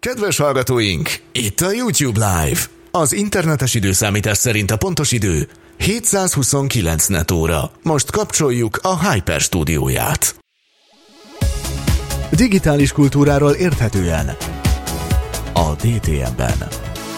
Kedves hallgatóink, itt a YouTube Live. Az internetes időszámítás szerint a pontos idő 729 netóra. Most kapcsoljuk a Hyper stúdióját. Digitális kultúráról érthetően a DTM-ben.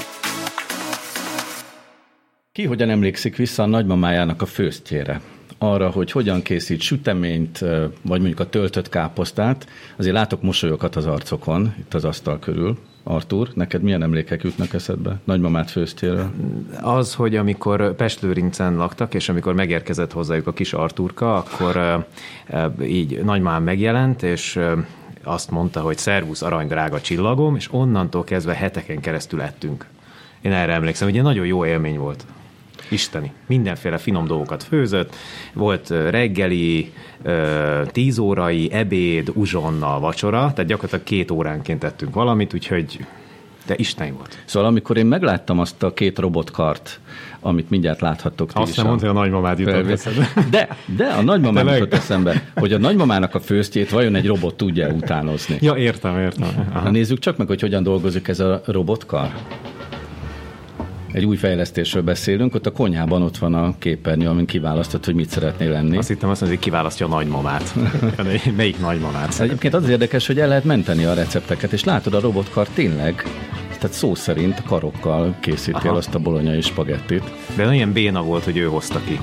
Ki hogyan emlékszik vissza a nagymamájának a főztjére? Arra, hogy hogyan készít süteményt, vagy mondjuk a töltött káposztát. Azért látok mosolyokat az arcokon, itt az asztal körül. Artúr, neked milyen emlékek jutnak eszedbe nagymamát főztjéről? Az, hogy amikor Pest-Lőrincen laktak, és amikor megérkezett hozzájuk a kis Artúrka, akkor így nagymamám megjelent, és azt mondta, hogy szervusz aranydrága csillagom, és onnantól kezdve heteken keresztül ettünk. Én erre emlékszem, ugye nagyon jó élmény volt. Isteni. Mindenféle finom dolgokat főzött, volt reggeli, 10 órai, ebéd, uzsonnal, vacsora, tehát gyakorlatilag 2 óránként ettünk valamit, úgyhogy de isteni volt. Szóval amikor én megláttam azt a 2 robotkart, amit mindjárt láthattok ti azt is. Nem mondta, hogy a nagymamád jutott eszembe. De a nagymamám jutott eszembe, hogy a nagymamának a főztjét vajon egy robot tudja utánozni. Ja, értem. Na, nézzük csak meg, hogy hogyan dolgozik ez a robotkar. Egy új fejlesztésről beszélünk, ott a konyhában ott van a képernyő, amin kiválasztod, hogy mit szeretnél lenni. Azt hittem azt mondja, hogy kiválasztja a nagymamát. Melyik nagymamát? Egyébként az érdekes, hogy el lehet menteni a recepteket, és látod, a robotkar tényleg, tehát szó szerint a karokkal készíti el azt a bolonyai spagettit. De olyan béna volt, hogy ő hozta ki.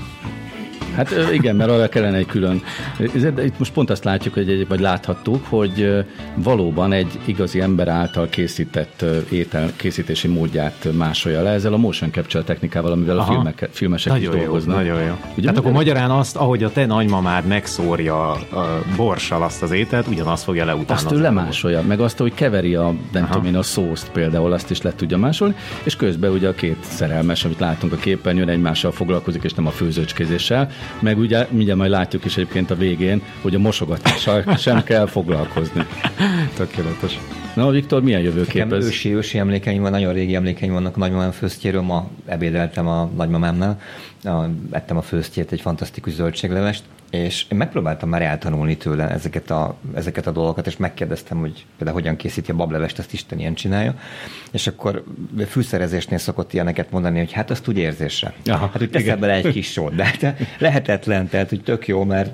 Hát igen, mert arra kellene egy külön. Itt most pont azt látjuk, vagy láthattuk, hogy valóban egy igazi ember által készített étel készítési módját másolja le ezzel a motion capture technikával, amivel a filmesek nagyon is dolgoznak. Nagyon jó. Ugye, tehát akkor magyarán azt, ahogy a te nagymamád megszórja a borssal azt az ételt, ugyanazt fogja leutánozni. Azt ő lemásolja, meg azt, hogy keveri a szószt például, azt is le tudja másolni, és közben ugye a 2 szerelmes, amit látunk a képernyőn, egymással foglalkozik, és nem a főzőcskézéssel. Meg ugye mindjárt majd látjuk is egyébként a végén, hogy a mosogatással sem kell foglalkozni. Tökéletes. Na, Viktor, milyen jövőkép ez? Ősi emlékeim van, nagyon régi emlékeim vannak a nagymamám főztjéről. Ma ebédeltem a nagymamámnál, ettem a főztjét, egy fantasztikus zöldséglevest, és én megpróbáltam már eltanulni tőle ezeket a dolgokat, és megkérdeztem, hogy például hogyan készíti a bablevest, azt Isten ilyen csinálja, és akkor fűszerezésnél szokott ilyeneket mondani, hogy hát azt úgy érzésre. Hát úgy teszel bele egy kis sót, de hát lehetetlen, tehát hogy tök jó, mert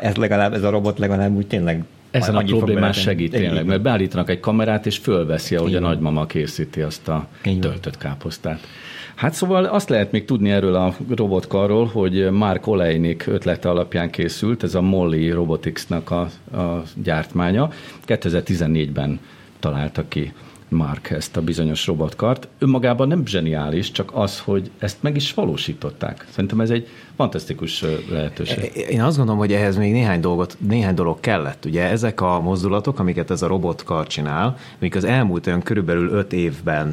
ez a robot legalább úgy tényleg ezen a problémán segít tényleg, mert beállítanak egy kamerát, és fölveszi, ahogy a nagymama készíti azt a töltött káposztát. Hát szóval azt lehet még tudni erről a robotkarról, hogy Mark Olejnik ötlete alapján készült, ez a Molly Robotics-nak a gyártmánya. 2014-ben találta ki Mark ezt a bizonyos robotkart. Önmagában nem zseniális, csak az, hogy ezt meg is valósították. Szerintem ez egy fantasztikus lehetőség. Én azt gondolom, hogy ehhez még néhány dolog kellett. Ugye ezek a mozdulatok, amiket ez a robotkar csinál, amik az elmúlt olyan körülbelül 5 évben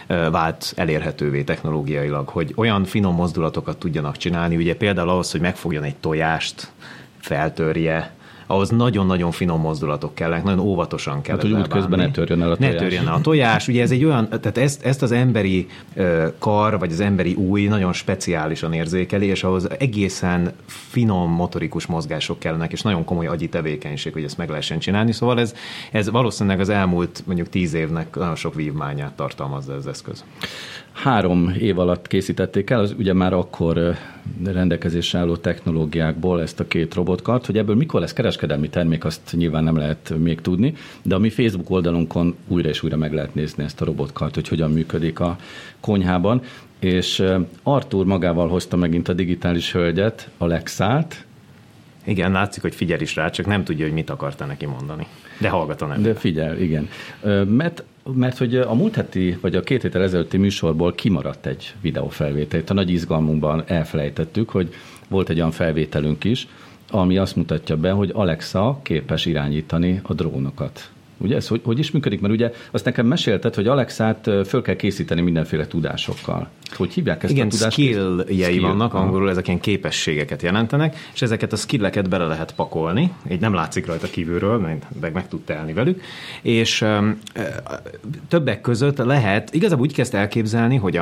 vált elérhetővé technológiailag, hogy olyan finom mozdulatokat tudjanak csinálni, ugye például ahhoz, hogy megfogjon egy tojást, feltörje, ahhoz nagyon-nagyon finom mozdulatok kellenek, nagyon óvatosan kell. Hát, hogy útközben ne törjön el a tojás. Ne törjön el a tojás. Ugye ez egy olyan, tehát ezt az emberi kar, vagy az emberi ujj nagyon speciálisan érzékeli, és ahhoz egészen finom motorikus mozgások kellenek, és nagyon komoly agyi tevékenység, hogy ezt meg lehessen csinálni. Szóval ez valószínűleg az elmúlt mondjuk 10 évnek nagyon sok vívmányát tartalmazza ez eszköz. 3 év alatt készítették el, az ugye már akkor rendelkezésre álló technológiákból ezt a 2 robotkart, hogy ebből mikor lesz kereskedelmi termék, azt nyilván nem lehet még tudni, de a mi Facebook oldalunkon újra és újra meg lehet nézni ezt a robotkart, hogy hogyan működik a konyhában, és Artúr magával hozta megint a digitális hölgyet, Alexát. Igen, látszik, hogy figyel is rá, csak nem tudja, hogy mit akarta neki mondani. De hallgat a nevét. De figyel, igen. Mert hogy a múlt heti, vagy a 2 héttel ezelőtti műsorból kimaradt egy videófelvétel. A nagy izgalmunkban elfelejtettük, hogy volt egy olyan felvételünk is, ami azt mutatja be, hogy Alexa képes irányítani a drónokat. Ugye ez hogy is működik? Mert ugye azt nekem mesélted, hogy Alexát föl kell készíteni mindenféle tudásokkal. Hogy hívják ezt a tudást? Igen, skill-jei vannak, angolul ezek ilyen képességeket jelentenek, és ezeket a skilleket bele lehet pakolni, így nem látszik rajta kívülről, meg tud telni velük, és többek között lehet, igazából úgy kezd elképzelni, hogy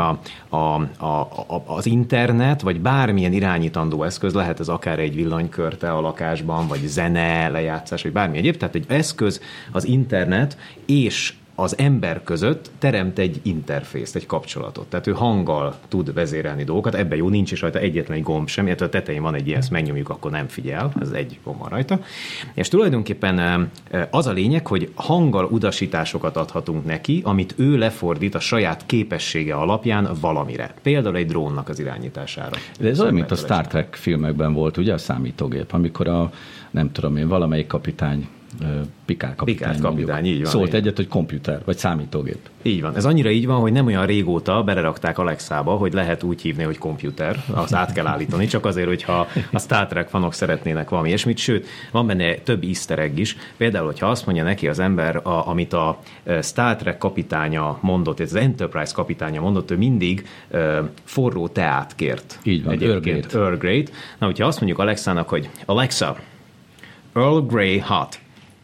az internet, vagy bármilyen irányítandó eszköz, lehet ez akár egy villanykörte a lakásban, vagy zene, lejátszás, vagy bármi egyéb, tehát egy eszköz az internet és az ember között teremt egy interfészt, egy kapcsolatot. Tehát ő hanggal tud vezérelni dolgokat, ebben jó, nincs is rajta egyetlen egy gomb sem, illetve a tetején van egy ilyen, ezt megnyomjuk, akkor nem figyel, ez egy gomb van rajta. És tulajdonképpen az a lényeg, hogy hanggal utasításokat adhatunk neki, amit ő lefordít a saját képessége alapján valamire. Például egy drónnak az irányítására. De ez olyan, mint a Star Trek filmekben volt, ugye, a számítógép, amikor nem tudom én, valamelyik kapitány, Picard kapitány így van, szólt egyet, hogy komputer, vagy számítógép. Így van. Ez annyira így van, hogy nem olyan régóta belerakták Alexába, hogy lehet úgy hívni, hogy komputer, azt át kell állítani, csak azért, hogyha a Star Trek fanok szeretnének valami ilyesmit, sőt, van benne több easter egg is. Például, hogyha azt mondja neki az ember, amit a Star Trek kapitánya mondott, ez az Enterprise kapitánya mondott, ő mindig forró teát kért. Így van, Earl Grey-t. Na, hogyha azt mondjuk Alexának, hogy Alexa, Earl Grey hot.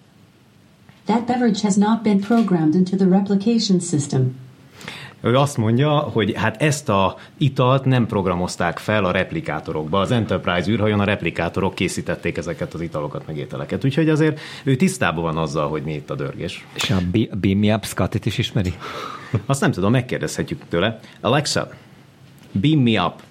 That beverage has not been programmed into the replication system. Ő azt mondja, hogy hát ezt a italt nem programozták fel a replikátorokba. Az Enterprise űrhajón a replikátorok készítették ezeket az italokat, meg ételeket. Úgyhogy azért ő tisztában van azzal, hogy mi itt a dörgés. És a Beam Me Up Scottit is ismeri? Azt nem tudom, megkérdezhetjük tőle. Alexa, beam me up.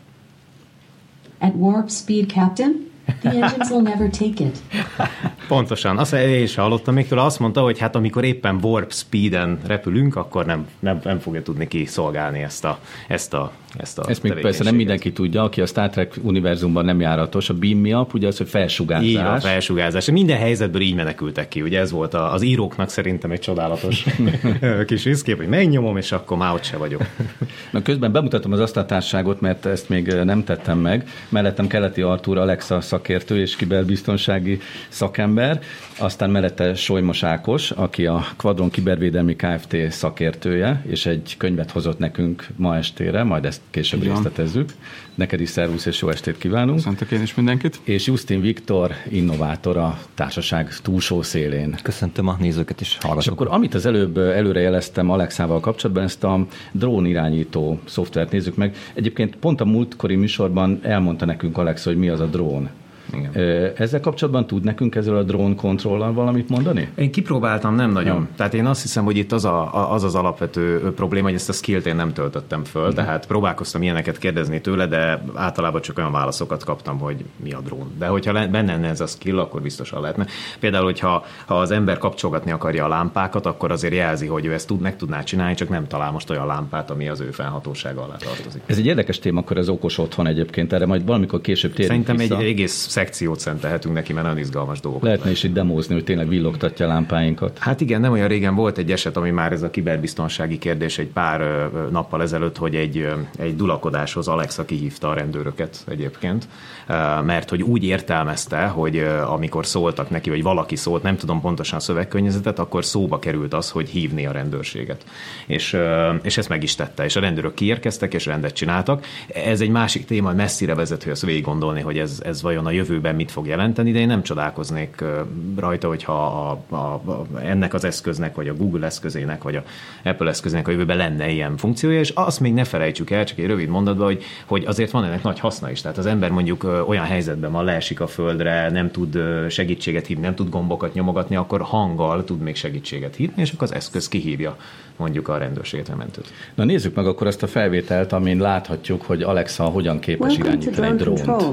At warp speed, Captain? The engines will never take it. Pontosan. Azt én is hallottam még tőle, azt mondta, hogy hát amikor éppen warp speeden repülünk, akkor nem fogja tudni kiszolgálni ezt még persze nem mindenki tudja, aki a Star Trek univerzumban nem járatos. A beam me up, ugye az, hogy felsugárzás. Így van, felsugárzás. Minden helyzetből így menekültek ki. Ugye ez volt az íróknak szerintem egy csodálatos kis viszkép, hogy megnyomom, és akkor már ott se vagyok. Na, közben bemutatom az asztaltárságot, mert ezt még nem tettem meg. Mellettem Keleti Artúr, Alexa szakértő és kiberbiztonsági szakember, aztán mellette Solymos Ákos, aki a Quadron Kibervédelmi Kft. Szakértője, és egy könyvet hozott nekünk ma estére, majd ezt később részletezzük. Neked is szervusz és jó estét kívánunk. Köszöntök én is mindenkit. És Justin Viktor, innovátor a társaság túlsó szélén. Köszöntöm a nézőket is, hallgatókat. És akkor amit az előbb előrejeleztem Alexával kapcsolatban, ezt a drón irányító szoftvert nézzük meg. Egyébként pont a múltkori műsorban elmondta nekünk Alexa, hogy mi az a drón. Igen. Ezzel kapcsolatban tud nekünk ezzel a drone controllal valamit mondani? Én kipróbáltam, nem nagyon. Ja. Tehát én azt hiszem, hogy itt az alapvető probléma, hogy ezt a skillt én nem töltöttem föl, tehát próbálkoztam ilyeneket kérdezni tőle, de általában csak olyan válaszokat kaptam, hogy mi a drón. De hogyha benne lenne ez a skill, akkor biztosan lehetne. Például, hogyha az ember kapcsolgatni akarja a lámpákat, akkor azért jelzi, hogy ő ezt meg tudná csinálni, csak nem talál most olyan lámpát, ami az ő felhatósága alá tartozik. Ez egy érdekes téma, akkor az okos otthon egyébként, erre majd valamikor később térünk vissza. Szerintem egy egész szekciót szentelhetünk neki, mert nagyon izgalmas dolgok. Lehetne is itt demózni, hogy tényleg villogtatja a lámpáinkat. Hát igen, nem olyan régen volt egy eset, ami már ez a kiberbiztonsági kérdés egy pár nappal ezelőtt, hogy egy dulakodáshoz Alexa kihívta a rendőröket egyébként, mert hogy úgy értelmezte, hogy amikor szóltak neki, vagy valaki szólt, nem tudom pontosan a szövegkörnyezetet, akkor szóba került az, hogy hívni a rendőrséget. És ezt meg is tette, és a rendőrök kiérkeztek, és rendet csináltak. Ez egy másik téma, messzire vezet, hogy azt végig gondolni, hogy ez vajon a jövőben mit fog jelenteni, de én nem csodálkoznék rajta, hogyha ennek az eszköznek, vagy a Google eszközének, vagy a Apple eszközének a jövőben lenne ilyen funkciója, és azt még ne felejtsük el, csak egy rövid mondatban, hogy azért van ennek nagy haszna is. Tehát az ember mondjuk olyan helyzetben van, leesik a földre, nem tud segítséget hívni, nem tud gombokat nyomogatni, akkor hanggal tud még segítséget hívni, és akkor az eszköz kihívja mondjuk a rendőrséget, a mentőt. Na nézzük meg akkor azt a felvételt, amin láthatjuk, hogy Alexa hogyan képes irányítani egy drónt.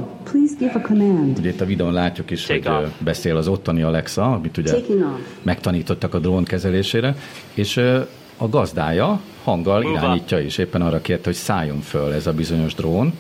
Ugye itt a videón látjuk is, hogy beszél az ottani Alexa, amit ugye megtanítottak a drón kezelésére, és a gazdája hanggal irányítja is. Éppen arra kérte, hogy szálljon föl ez a bizonyos drón.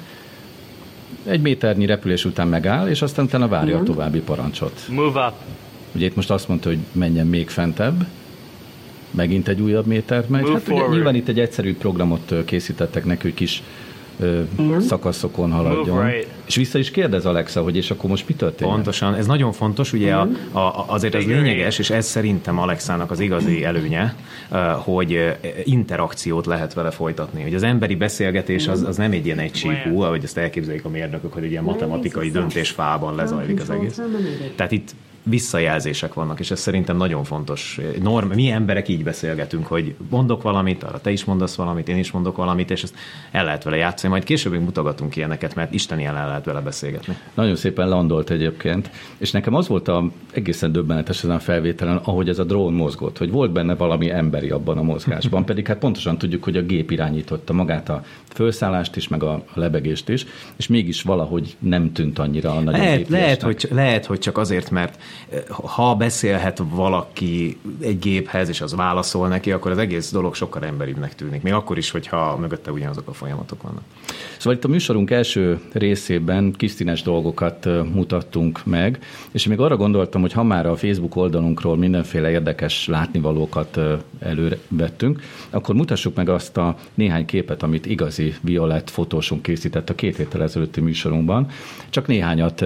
1 méternyi repülés után megáll, és aztán utána várja a további parancsot. Move up. Ugye itt most azt mondta, hogy menjen még fentebb. Megint egy újabb métert megy. Hát ugye nyilván itt egy egyszerű programot készítettek neki, hogy kis szakaszokon haladjon. Right. És vissza is kérdez Alexa, hogy és akkor most mi történik? Pontosan, ez nagyon fontos, ugye azért az lényeges, és ez szerintem Alexának az igazi előnye, hogy interakciót lehet vele folytatni. Hogy az emberi beszélgetés az nem egy ilyen egysíkú, ahogy ezt elképzelik a mérnökök, hogy egy ilyen matematikai döntésfában lezajlik az egész. Tehát itt visszajelzések vannak, és ez szerintem nagyon fontos. Mi emberek így beszélgetünk, hogy mondok valamit, arra te is mondasz valamit, én is mondok valamit, és ezt el lehet vele játszani, majd később még mutogatunk ilyeneket, mert Isten ilyen el lehet vele beszélgetni. Nagyon szépen landolt egyébként, és nekem az volt egészen döbbenetes ezen a felvételen, ahogy ez a drón mozgott, hogy volt benne valami emberi abban a mozgásban, pedig hát pontosan tudjuk, hogy a gép irányította magát a felszállást is, meg a lebegést is, és mégis valahogy nem tűnt annyira a nagyon lehet, hogy csak azért, mert ha beszélhet valaki egy géphez, és az válaszol neki, akkor az egész dolog sokkal emberibbnek tűnik. Még akkor is, hogyha mögötte ugyanazok a folyamatok vannak. Szóval itt a műsorunk első részében kis színes dolgokat mutattunk meg, és még arra gondoltam, hogy ha már a Facebook oldalunkról mindenféle érdekes látnivalókat elővettünk, akkor mutassuk meg azt a néhány képet, amit igazi Violett fotósunk készített a 2 héttel ezelőtti műsorunkban. Csak néhányat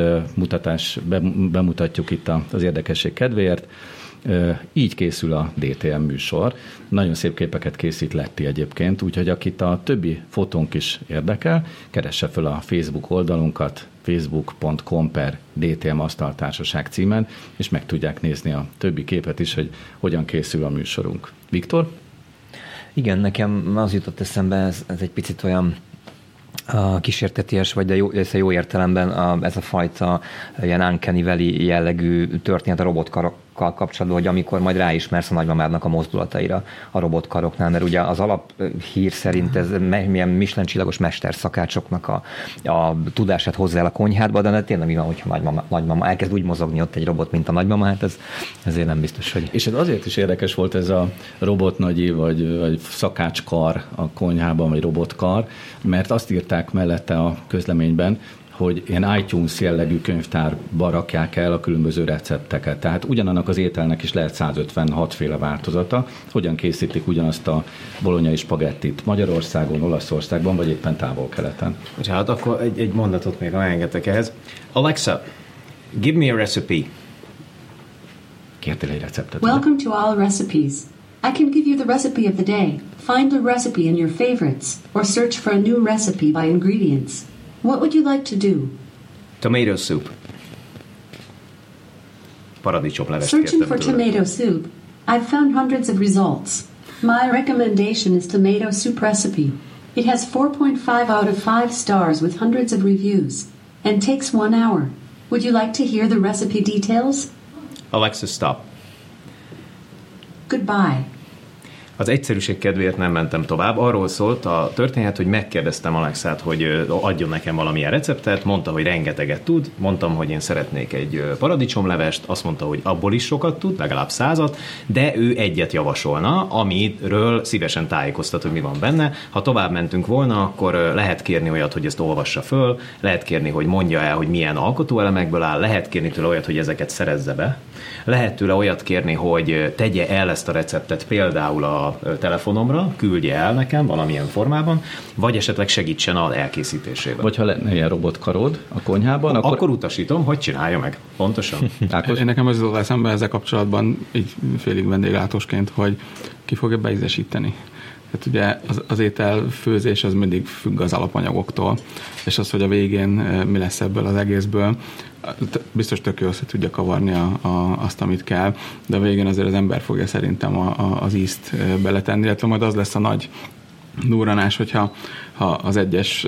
bemutatjuk itt az érdekesség kedvéért. Így készül a DTM műsor. Nagyon szép képeket készít Letti egyébként, úgyhogy akit a többi fotónk is érdekel, keresse fel a Facebook oldalunkat, facebook.com/DTM Asztaltársaság címen, és meg tudják nézni a többi képet is, hogy hogyan készül a műsorunk. Viktor? Igen, nekem az jutott eszembe, ez egy picit olyan kísérteties, vagy de jó értelemben ez a fajta ilyen uncanny valley jellegű történet a robotkarokkal kapcsolatban, hogy amikor majd ráismersz a nagymamádnak a mozdulataira a robotkaroknál, mert ugye az alaphír szerint ez milyen Michelin csillagos mesterszakácsoknak a tudását hozzá el a konyhádba, de tényleg mi van, hogyha nagymama elkezd úgy mozogni ott egy robot, mint a nagymama, hát ezért nem biztos, hogy... És ez azért is érdekes volt ez a robotnagyi, vagy szakácskar a konyhában, vagy robotkar, mert azt írták mellette a közleményben, hogy ilyen iTunes jellegű könyvtárba rakják el a különböző recepteket. Tehát ugyanannak az ételnek is lehet 156 féle változata. Hogyan készítik ugyanazt a bolognai spagettit Magyarországon, Olaszországban, vagy éppen távol-keleten. Hát akkor egy mondatot még, ha engedtek ehhez. Alexa, give me a recipe. Kértél egy receptet. Welcome to All Recipes. I can give you the recipe of the day. Find the recipe in your favorites, or search for a new recipe by ingredients. What would you like to do? Tomato soup. Paradicsomlevest Searching for tőle. tomato soup. I've found hundreds of results. My recommendation is tomato soup recipe. It has 4.5 out of 5 stars with hundreds of reviews and takes 1 hour. Would you like to hear the recipe details? Alexa, stop. Goodbye. Az egyszerűség kedvéért nem mentem tovább. Arról szólt a történet, hogy megkérdeztem Alexát, hogy adjon nekem valamilyen receptet, mondta, hogy rengeteget tud, mondtam, hogy én szeretnék egy paradicsomlevest, azt mondta, hogy abból is sokat tud, legalább 100-at, de ő egyet javasolna, amiről szívesen tájékoztat, hogy mi van benne. Ha tovább mentünk volna, akkor lehet kérni olyat, hogy ezt olvassa föl, lehet kérni, hogy mondja el, hogy milyen alkotóelemekből áll, lehet kérni tőle olyat, hogy ezeket szerezze be, lehet tőle olyat kérni, hogy tegye el ezt a receptet például a telefonomra, küldje el nekem valamilyen formában, vagy esetleg segítsen az elkészítésében. Vagy ha lenne ilyen robotkarod a konyhában, akkor utasítom, hogy csinálja meg. Pontosan. Én nekem az jutott eszembe ezzel kapcsolatban, így félig vendéglátósként, hogy ki fogja beízesíteni. Tehát ugye az ételfőzés az mindig függ az alapanyagoktól, és az, hogy a végén mi lesz ebből az egészből, biztos tök jó össze tudja kavarni azt, amit kell, de a végén azért az ember fogja szerintem az ízt beletenni, illetve majd az lesz a nagy durranás, hogyha az egyes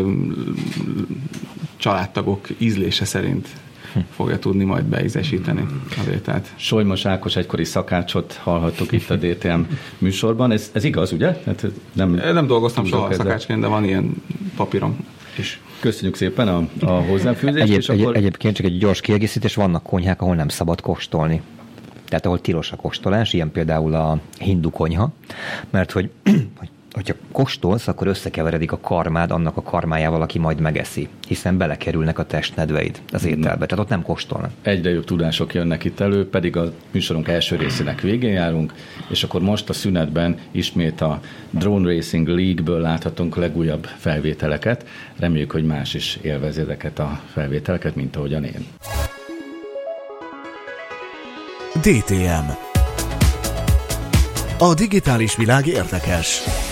családtagok ízlése szerint fogja tudni majd beízesíteni az ételt. Solymos Ákos egykori szakácsot hallhattuk itt a DTM műsorban. Ez igaz, ugye? Hát nem dolgoztam soha szakácsként, de van ilyen papírom is. Köszönjük szépen a hozzáfűzést. Egyébként csak egy gyors kiegészítés, vannak konyhák, ahol nem szabad kóstolni. Tehát ahol tilos a kóstolás, ilyen például a hindu konyha, mert hogyha kóstolsz, akkor összekeveredik a karmád annak a karmájával, aki majd megeszi, hiszen belekerülnek a testnedveid az ételbe, tehát ott nem kóstolnak. Egyre jobb tudások jönnek itt elő, pedig a műsorunk első részének végén járunk, és akkor most a szünetben ismét a Drone Racing League-ből láthatunk legújabb felvételeket. Reméljük, hogy más is élvezi ezeket a felvételeket, mint ahogyan én. DTM. A digitális világ érdekes.